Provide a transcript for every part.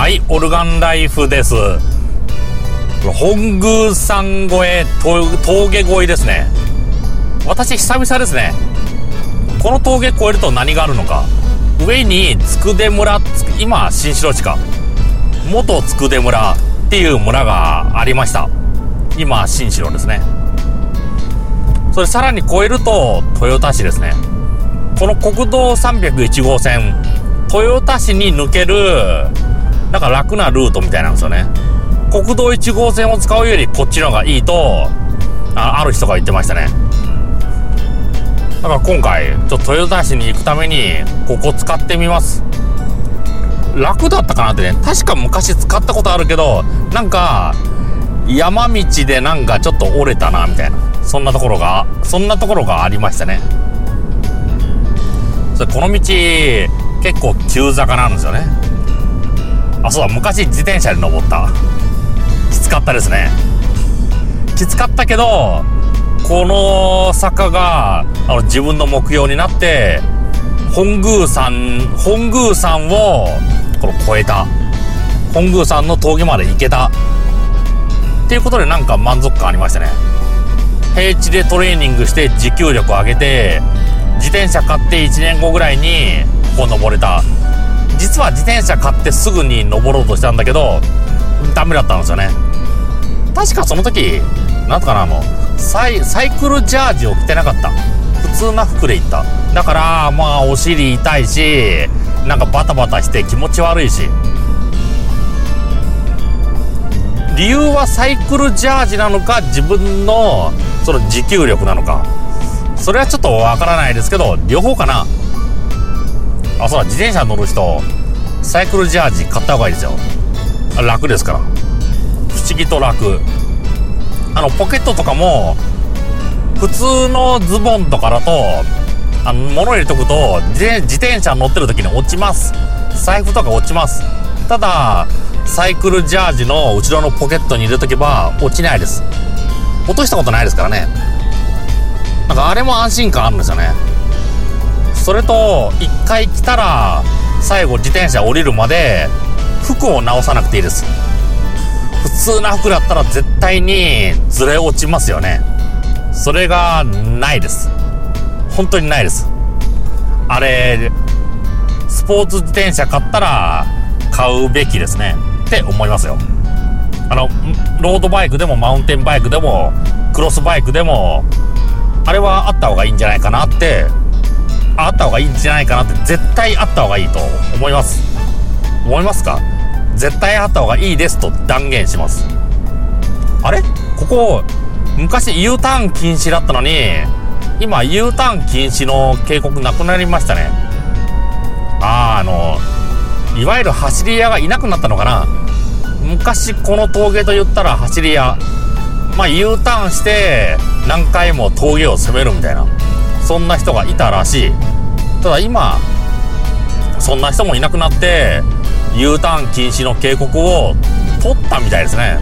はい、オルガンライフです。本宮山越え、峠越えですね。私久々ですね。この峠越えると何があるのか。上に佃村、今新城市か、元佃村っていう村がありました。今新城ですね。それさらに越えると豊田市ですね。この国道301号線、豊田市に抜けるなんか楽なルートみたいなんですよね。国道1号線を使うよりこっちの方がいいとある人が言ってましたね。だから今回ちょっと豊田市に行くためにここ使ってみます。楽だったかなってね。確か昔使ったことあるけど、なんか山道でなんかちょっと折れたなみたいな、そんなところがありましたね。それこの道結構急坂なんですよね。あ、そうだ、昔自転車で登った。きつかったですね。きつかったけど、この坂が自分の目標になって本宮山をこの越えた、本宮山の峠まで行けたっていうことで、なんか満足感ありましたね。平地でトレーニングして持久力を上げて、自転車買って1年後ぐらいにここ登れた。実は自転車買ってすぐに登ろうとしたんだけどダメだったんですよね。確かその時なんとかな、サイクルジャージを着てなかった。普通な服で行った。だからまあお尻痛いし、なんかバタバタして気持ち悪いし。理由はサイクルジャージなのか、自分のその持久力なのか、それはちょっとわからないですけど、両方かな。あ、そうだ、自転車乗る人サイクルジャージ買った方がいいですよ。楽ですから。不思議と楽。ポケットとかも普通のズボンとかだと物入れとくと自転車乗ってる時に落ちます。財布とか落ちます。ただサイクルジャージの後ろのポケットに入れとけば落ちないです。落としたことないですからね。なんかあれも安心感あるんですよね。それと一回来たら最後自転車降りるまで服を直さなくていいです。普通な服だったら絶対にずれ落ちますよね。それがないです。本当にないです。あれスポーツ自転車買ったら買うべきですねって思いますよ。ロードバイクでもマウンテンバイクでもクロスバイクでもあれはあった方がいいんじゃないかなって、絶対あった方がいいと思います。思いますか？絶対あった方がいいですと断言します。あれ？ここ昔 U ターン禁止だったのに、今 U ターン禁止の警告なくなりましたね。いわゆる走り屋がいなくなったのかな。昔この峠と言ったら走り屋、U ターンして何回も峠を攻めるみたいな、そんな人がいたらしい。ただ今そんな人もいなくなって U ターン禁止の警告を取ったみたいですね。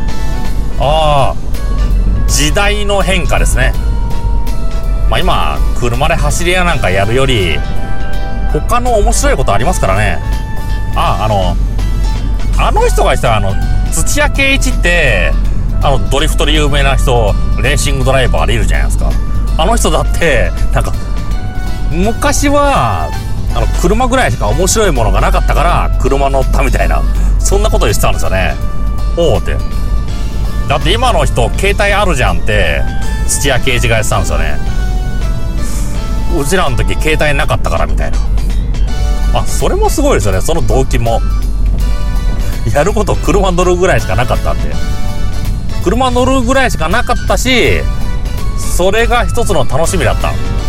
時代の変化ですね。今車で走り屋なんかやるより他の面白いことありますからね。あの人が言った土屋圭一ってドリフトで有名な人、レーシングドライバーでいるじゃないですか。あの人だってなんか昔は車ぐらいしか面白いものがなかったから車乗ったみたいな、そんなこと言ってたんですよね。おーって。だって今の人携帯あるじゃんって土屋圭一が言ってたんですよね。うちらの時携帯なかったからみたいな。それもすごいですよね。その動機もやること車乗るぐらいしかなかったって。車乗るぐらいしかなかったし、それが一つの楽しみだった。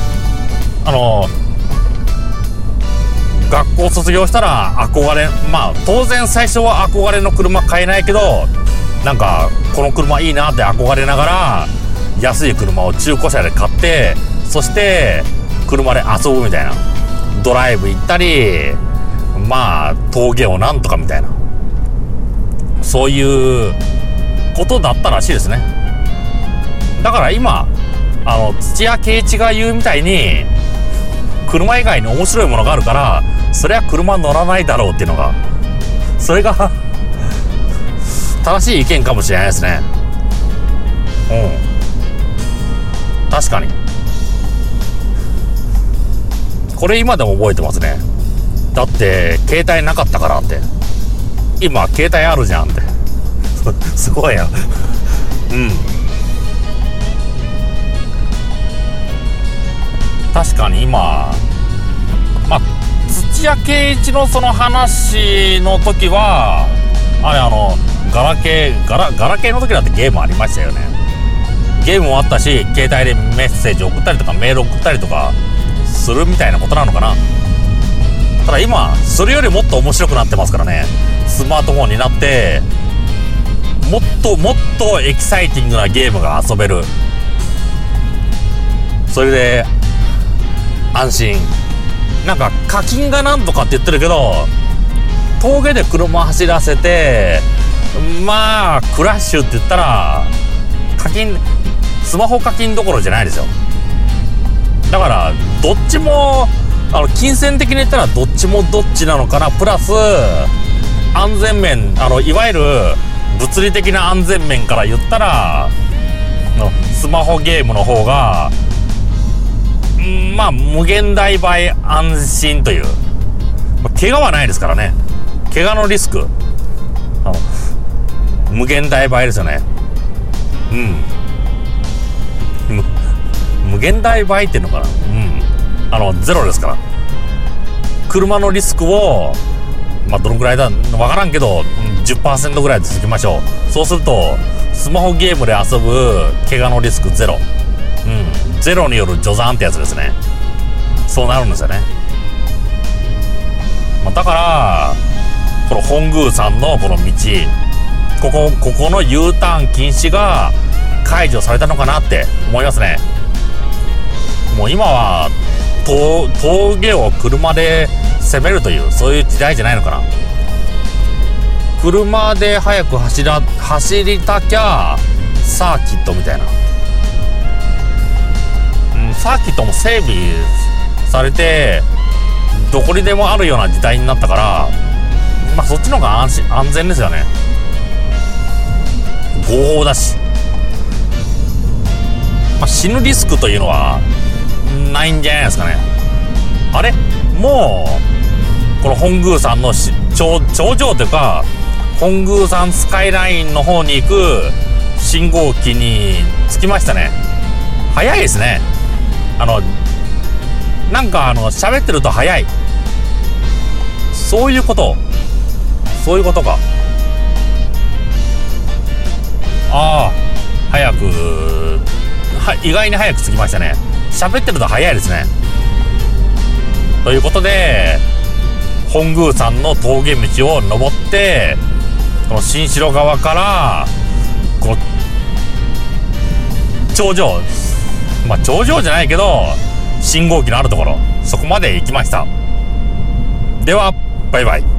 学校卒業したら憧れ、当然最初は憧れの車買えないけど、なんかこの車いいなって憧れながら安い車を中古車で買って、そして車で遊ぶみたいな、ドライブ行ったり峠をなんとかみたいな、そういうことだったらしいですね。だから今土屋圭一が言うみたいに車以外に面白いものがあるから、それは車乗らないだろうっていうのが、それが正しい意見かもしれないですね。確かにこれ今でも覚えてますね。だって携帯なかったからって、今携帯あるじゃんってすごいよ確かに今土屋圭一のその話の時はあれガラケーの時だってゲームありましたよね。ゲームもあったし、携帯でメッセージ送ったりとかメール送ったりとかするみたいなことなのかな。ただ今それよりもっと面白くなってますからね。スマートフォンになってもっとエキサイティングなゲームが遊べる。それで安心。なんか課金がなんとかって言ってるけど、峠で車走らせてクラッシュって言ったらスマホ課金どころじゃないですよ。だからどっちも金銭的に言ったらどっちもどっちなのかな。プラス安全面いわゆる物理的な安全面から言ったらスマホゲームの方が無限大倍安心という、怪我はないですからね。怪我のリスク無限大倍ですよね。無限大倍っていうのかな。ゼロですから。車のリスクをどのくらいだわからんけど 10% ぐらいで続きましょう。そうするとスマホゲームで遊ぶ怪我のリスクゼロ。ゼロによる助産ってやつですね。そうなるんですよね。だからこの本宮さんのこの道、ここの U ターン禁止が解除されたのかなって思いますね。もう今は峠を車で攻めるというそういう時代じゃないのかな。車で早く走りたきゃサーキットみたいな、サーキットも整備されてどこにでもあるような時代になったから、そっちの方が安全ですよね。合法だし、死ぬリスクというのはないんじゃないですかね。あれもうこの本宮山の頂上というか本宮山スカイラインの方に行く信号機に着きましたね。早いですね。なんか喋ってると早い。そういうことか。意外に早く着きましたね。喋ってると早いですね。ということで本宮山の峠道を登ってこの新城側からこの頂上じゃないけど信号機のあるところ、そこまで行きました。ではバイバイ。